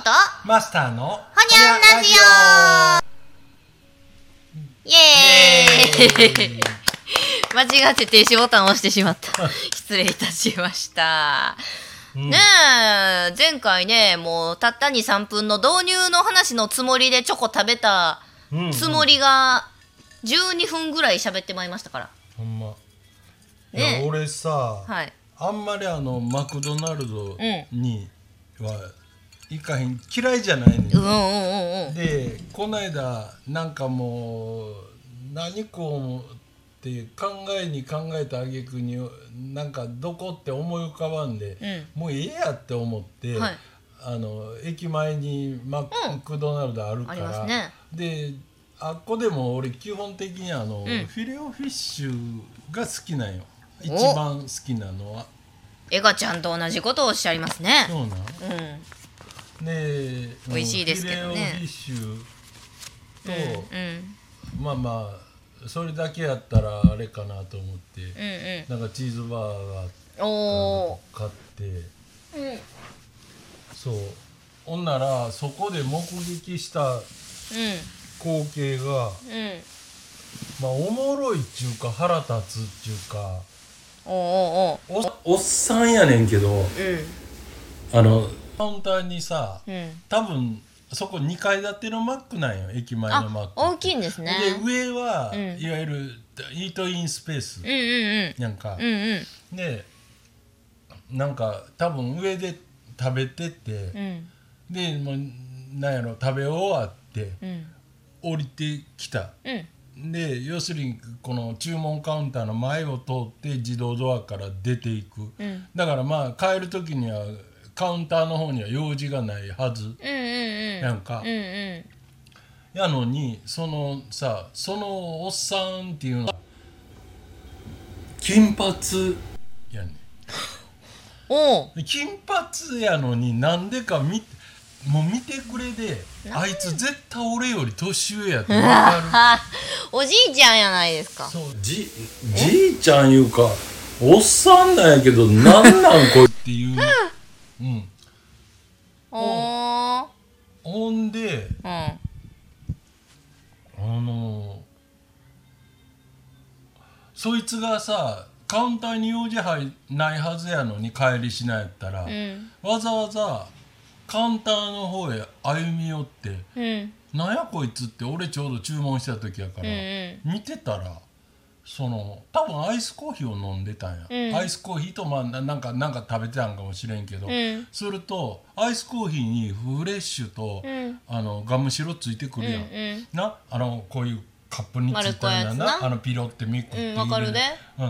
とマスターのほにゃんラジオイエーイ間違って停止ボタンを押してしまった失礼いたしました、ねえ前回ねもうたった 2,3 分の導入の話のつもりでチョコ食べたつもりが12分ぐらい喋ってまいりましたからほんま、 ね、 いや俺さ、 はい、 あんまりマクドナルドには行かへん、嫌いじゃないねん、でこないだなんかもう何こうって考えに考えた挙句になんかどこって思い浮かばんで、もうええやって思って、はい、駅前にマクドナルドあるから、ね、であっこでも俺基本的にフィレオフィッシュが好きなんよ、一番好きなのは。 エガちゃんと同じことをおっしゃいますね。 そうなん、で美味しいですけどね。 フィレオフィッシュと、まあまあそれだけやったらあれかなと思って、なんかチーズバーガー買って、そうほんならそこで目撃した光景が、まあおもろいっちゅうか腹立つっちゅうか、おっさんやねんけど、カウンターにさ、多分そこ2階建てのマックなんよ、駅前のマック。 大きいんですね。 で上は、いわゆるイートインスペースやんか、でなんか多分上で食べてて、でもうなんやろ食べ終わって、降りてきた、で要するにこの注文カウンターの前を通って自動ドアから出ていく、だからまあ帰る時にはカウンターの方には用事がないはず、やんか、やのにそのおっさんっていうのは金髪やねん金髪やのになんでかもう見てくれで、あいつ絶対俺より年上やって分かるおじいちゃんやないですか。 そうじいちゃんいうかおっさんなんやけどなんなんこいっていうほんで、そいつがさカウンターに用事ないはずやのに帰りしないやったら、わざわざカウンターの方へ歩み寄って、なんやこいつって俺ちょうど注文した時やから、見てたら多分アイスコーヒーを飲んでたんや、アイスコーヒーとなんか食べてたんかもしれんけど、するとアイスコーヒーにフレッシュと、ガムシロついてくるやん、なこういうカップについたようなピロってめくってわかるで、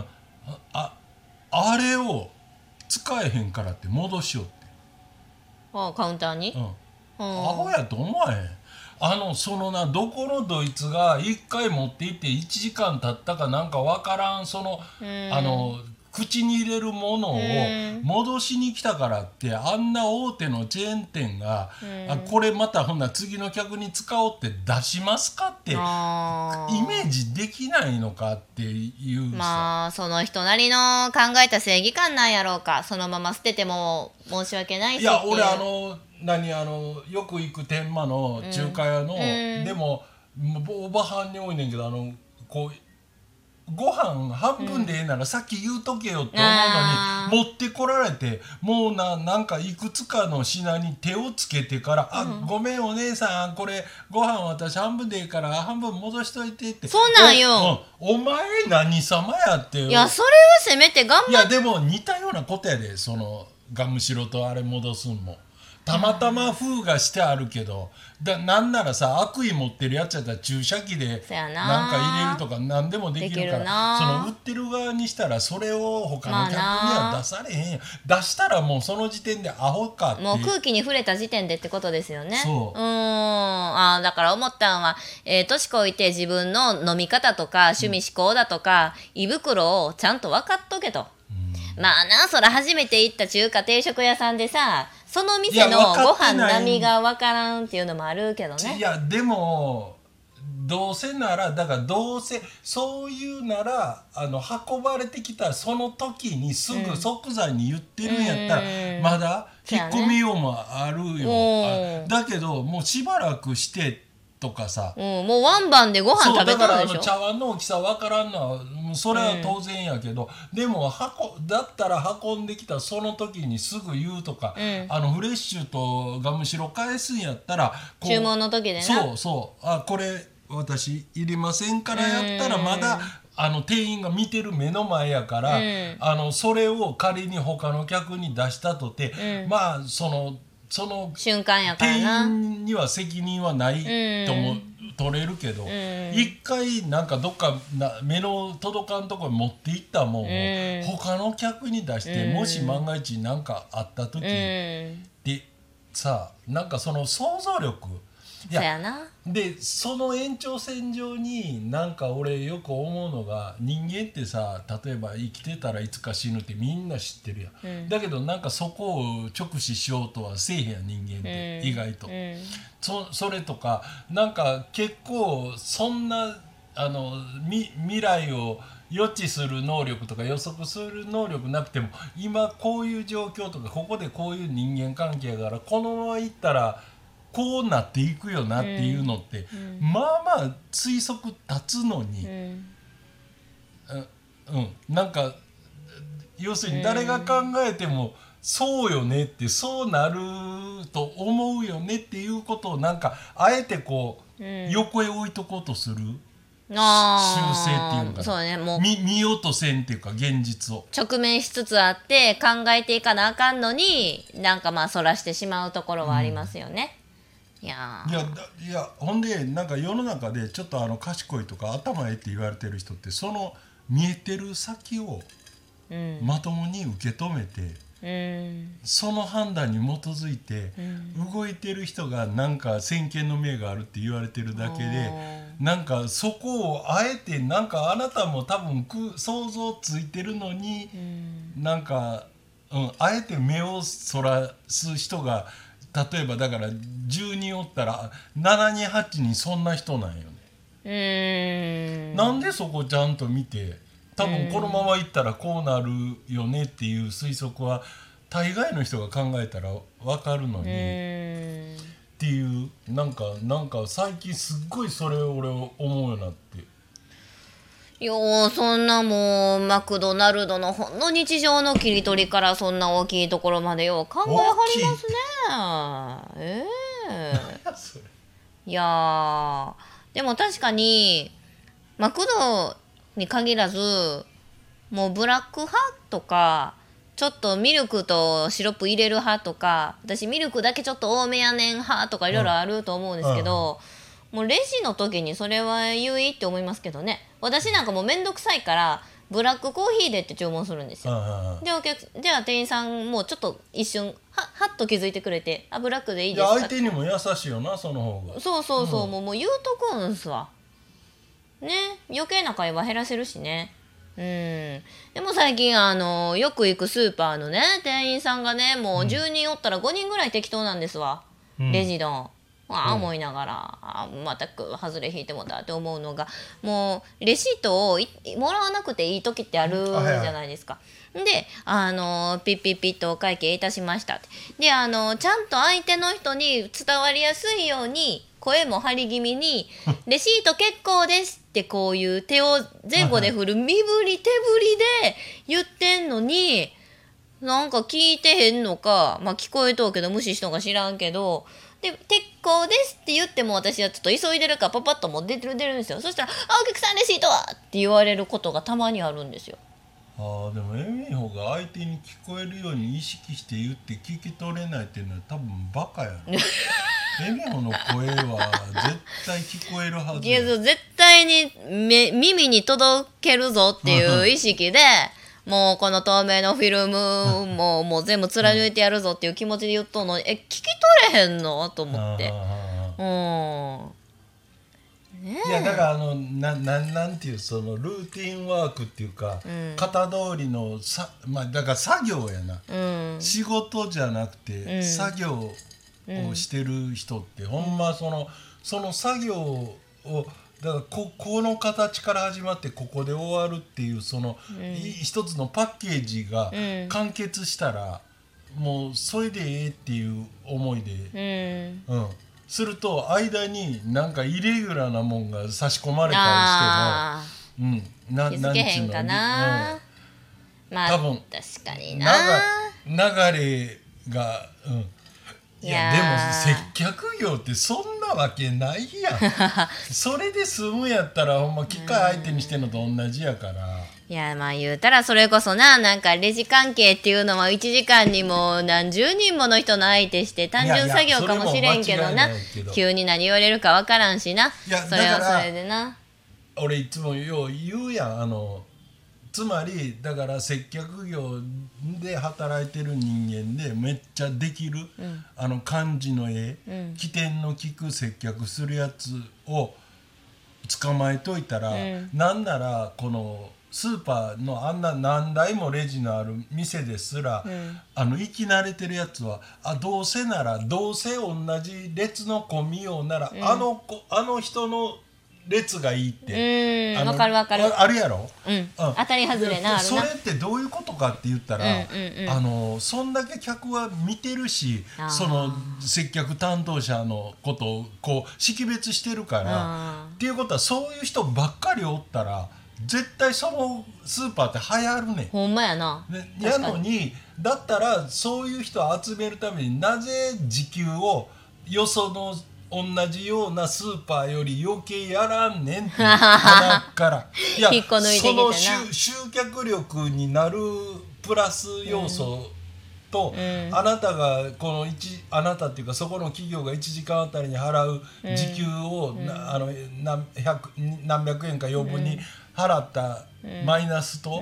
あれを使えへんからって戻しよって、 カウンターに、 アホやと思わへん。どこのドイツが1回持って行って1時間経ったかなんか分からん口に入れるものを戻しに来たからってあんな大手のチェーン店がこれまたほんな次の客に使おうって出しますかってイメージできないのかっていうさ、 まあその人なりの考えた正義感なんやろうか。そのまま捨てても申し訳ないし。 いや俺よく行く天満の中華屋の、でもおばはんに多いねんけどこうご飯半分でええならさっき言うとけよって思うのに持ってこられて、もうなんかいくつかの品に手をつけてからごめんお姉さんこれご飯私半分でええから半分戻しといてって。 そうなんよ。 お前何様やって。 いやそれはせめて頑張って。 いやでも似たようなことやで、ガムシロとあれ戻すんもたまたま封がしてあるけど、なんならさ悪意持ってるやつやったら注射器でなんか入れるとか何でもできるから、売ってる側にしたらそれを他の客には出されへんよ。出したらもうその時点でアホかって、 もう空気に触れた時点でってことですよね。 そうだから思ったんは年こいて自分の飲み方とか趣味嗜好だとか、胃袋をちゃんと分かっとけと。まあな、そら初めて行った中華定食屋さんでさその店のご飯並みが分からんっていうのもあるけどね。 いやでもどうせならだからどうせそういうなら運ばれてきたその時にすぐ即座に言ってるんやったら、まだ引っ込みようもあるよ、だけどもうしばらくしてとかさ、 もうワンバンでご飯食べたんでしょ。 そうだから茶碗の大きさ分からんのはそれは当然やけど、でもだったら運んできたその時にすぐ言うとか、フレッシュとガムシロ返すんやったら注文の時でな、 そうこれ私いりませんからやったらまだ店員が見てる目の前やから、それを仮に他の客に出したとて、まあその瞬間やからな、 店員には責任はないとも取れるけど、一回なんかどっか目の届かんとこに持っていったもんを他の客に出して、もし万が一何かあった時でさ、なんかその想像力そうやな。 でその延長線上になんか俺よく思うのが、人間ってさ、例えば生きてたらいつか死ぬってみんな知ってるやん、だけどなんかそこを直視しようとはせえへんやん人間って、意外と、それとかなんか結構そんな未来を予知する能力とか予測する能力なくても、今こういう状況とかここでこういう人間関係だからこのままいったらこうなっていくよなっていうのって、まあまあ推測立つのに、なんか要するに誰が考えてもそうよねって、そうなると思うよねっていうことをなんかあえてこう、横へ置いとこうとする習性っていうのかな、 そうね、もう見ようとせんっていうか現実を直面しつつあって考えていかなあかんのに、なんかまあそらしてしまうところはありますよね。いやほんでなんか世の中でちょっと賢いとか頭ええって言われてる人って、その見えてる先をまともに受け止めて、その判断に基づいて動いてる人がなんか先見の明があるって言われてるだけで、なんかそこをあえてなんかあなたも多分想像ついてるのに、なんか、あえて目をそらす人が、例えばだから10人おったら7人8人そんな人なんよね。なんでそこちゃんと見て、多分このままいったらこうなるよねっていう推測は大概の人が考えたら分かるのにっていう、なんか最近すっごいそれを俺思うようになって。 そんなもうマクドナルドのほんの日常の切り取りからそんな大きいところまでよう考えはりますね。いやでも確かにマクドに限らず、もうブラック派とかちょっとミルクとシロップ入れる派とか、私ミルクだけちょっと多めやねん派とかいろいろあると思うんですけど、もうレジの時にそれは優位って思いますけどね。私なんかもうめんどくさいからブラックコーヒーでって注文するんですよ。では店員さんもちょっと一瞬はっと気づいてくれて、ブラックでいいですか。 相手にも優しいよな、その方が。 そう、もう言うとくんすわね、余計な会話減らせるしね。でも最近よく行くスーパーのね店員さんがね、もう10人おったら5人ぐらい適当なんですわ、レジの。思いながらまた外れ引いてもたって思うのが、もうレシートをもらわなくていい時ってあるじゃないですか。でピッピッピッとお会計いたしましたって。でちゃんと相手の人に伝わりやすいように声も張り気味に「レシート結構です」ってこういう手を前後で振る身振り手振りで言ってんのに、なんか聞いてへんのか、聞こえとうけど無視しとんか知らんけど、で結構ですって言っても私はちょっと急いでるからパパッともう出るんですよ。そしたらお客さんレシートはって言われることがたまにあるんですよ。 でもエミホが相手に聞こえるように意識して言って聞き取れないっていうのは多分バカやろエミホの声は絶対聞こえるはずや。 絶対に耳に届けるぞっていう意識でもうこの透明のフィルムもう全部貫いてやるぞっていう気持ちで言っとんのに、聞き取れへんのと思って。 いやだからなんていうそのルーティンワークっていうか、型通りのだから作業やな、仕事じゃなくて、作業をしてる人って、ほんまその作業をだからこの形から始まってここで終わるっていうその、一つのパッケージが完結したら、もうそれでええっていう思いで、すると間になんかイレギュラーなもんが差し込まれたりしても、 気づけへんかな、まあ多分確かにな流れが、いやでも接客業ってそんなわけないやんそれで済むやったらほんま機械相手にしてんのと同じやから。 いやまあ言うたらそれこそなんかレジ関係っていうのは1時間にも何十人もの人の相手して単純作業かもしれんけどな、急に何言われるか分からんしな、それはそれでな。 俺いつもよう言うやん、つまりだから接客業で働いてる人間でめっちゃできる、漢字の絵、起点の利く接客するやつを捕まえといたら、なんならこのスーパーのあんな何台もレジのある店ですら、生き慣れてるやつはどうせ同じ列の混みようなら、あの人の列がいいってわかるあるやろ、 当たり外れなあるな。 それってどういうことかって言ったら、そんだけ客は見てるし、その接客担当者のことをこう識別してるからっていうことは、そういう人ばっかりおったら絶対そのスーパーって流行るねん。 ほんまやな。 やのにだったらそういう人を集めるためになぜ時給をよその同じようなスーパーより余計やらんねんって鼻からいやその集客力になるプラス要素と、あなたがあなたっていうかそこの企業が1時間あたりに払う時給を、何百円か余分に払ったマイナスと、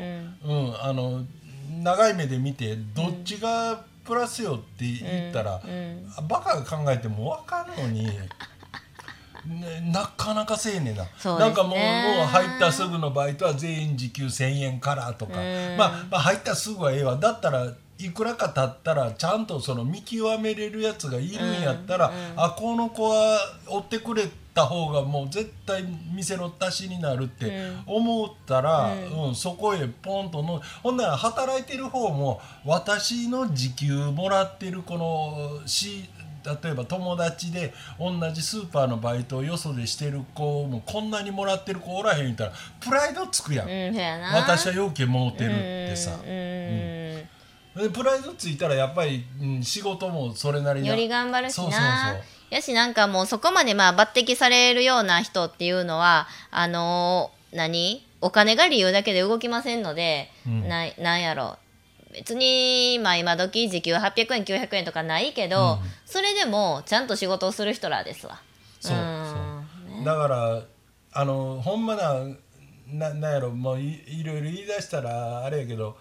長い目で見てどっちがプラスよって言ったら、バカが考えても分かるのに、なかなかせえねんな。なんかもう入ったすぐのバイトは全員時給1000円からとか、まあ入ったすぐはええわ。だったらいくらか経ったらちゃんとその見極めれるやつがいるんやったら、この子は追ってくれた方がもう絶対店の足しになるって思ったら、そこへポンとほんなら働いてる方も私の時給もらってるこの例えば友達で同じスーパーのバイトをよそでしてる子もこんなにもらってる子おらへん言ったらプライドつくやん、私はようけもうてるってさ、でプライドついたらやっぱり、仕事もそれなりにより頑張るしな。やしなんかもうそこまで抜擢されるような人っていうのはお金が理由だけで動きませんので、なんやろ別に今時時給800円900円とかないけど、それでもちゃんと仕事をする人らですわ。 だからほんまなんやろもういろいろ言い出したらあれやけど、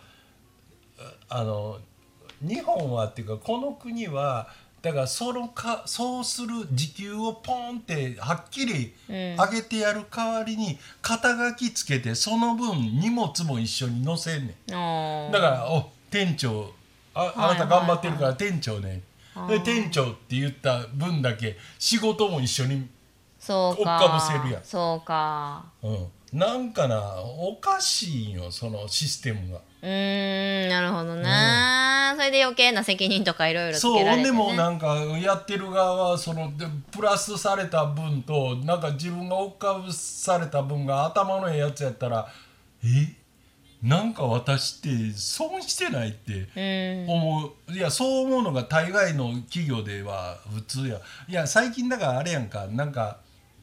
日本はっていうかこの国はだからそうする時給をポンってはっきり上げてやる代わりに肩書きつけてその分荷物も一緒に載せんねん。だから店長あなた頑張ってるから店長ね、で店長って言った分だけ仕事も一緒に追っかぶせるやん。 そうか、 なんかなおかしいよそのシステムが。 なるほどね、それで余計な責任とかいろいろつけられて、ね、 そうでもなんかやってる側はそのプラスされた分となんか自分が追っかぶされた分が頭のええやつやったらなんか私って損してないって思う、いやそう思うのが大概の企業では普通や。いや最近だからあれやんか、なんか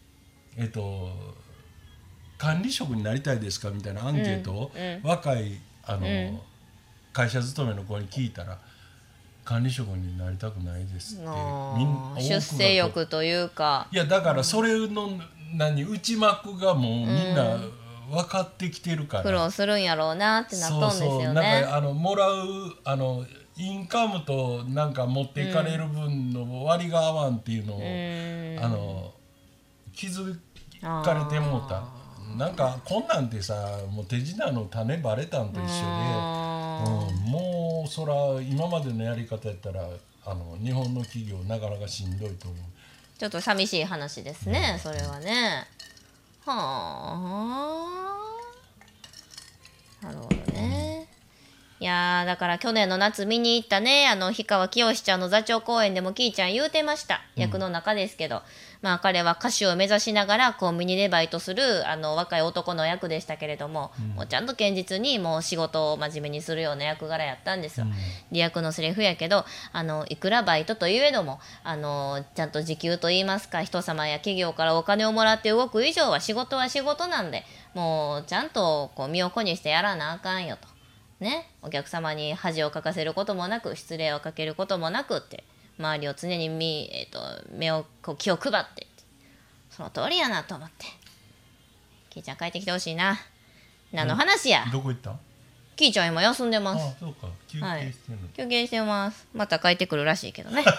管理職になりたいですかみたいなアンケートを、若い会社勤めの子に聞いたら管理職になりたくないですって出世欲というか、 いやだからそれの内幕がもうみんな分かってきてるから、 苦労するんやろうなってなったんですよね。 なんかもらうインカムとなんか持っていかれる分の割が合わんっていうのを、気づかれてもうた。なんかこんなんてさもう手品の種バレたんと一緒で、もうそら今までのやり方やったら日本の企業なかなかしんどいと思う。 ちょっと寂しい話ですね、それはね。 はあ、なるほどね。いやー、だから去年の夏見に行ったね、氷川きよしちゃんの座長公演でもキーちゃん言うてました。役の中ですけど。まあ彼は歌手を目指しながらコンビニでバイトする若い男の役でしたけれども、もうちゃんと堅実にもう仕事を真面目にするような役柄やったんですよ。リ役のセリフやけど、いくらバイトといえども、ちゃんと時給といいますか、人様や企業からお金をもらって動く以上は仕事なんで、もうちゃんとこう身を粉にしてやらなあかんよと。ね、お客様に恥をかかせることもなく、失礼をかけることもなくって、周りを常に目を気を配って、その通りやなと思って。キーちゃん帰ってきてほしいな。何の話や。 どこ行った？ キーちゃん今休んでます。 あ、そうか。休憩してんの、 休憩してます。また帰ってくるらしいけどね。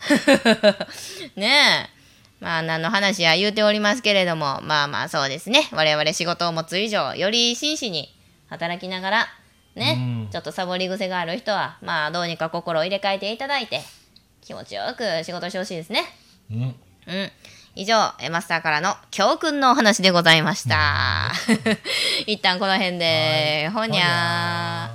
ねえ。まあ何の話や言うておりますけれども、まあまあそうですね。我々仕事を持つ以上、より真摯に働きながら、ね、ちょっとサボり癖がある人は、まあどうにか心を入れ替えていただいて、気持ちよく仕事してほしいですね。以上、マスターからの教訓のお話でございました。一旦この辺で、ほにゃー。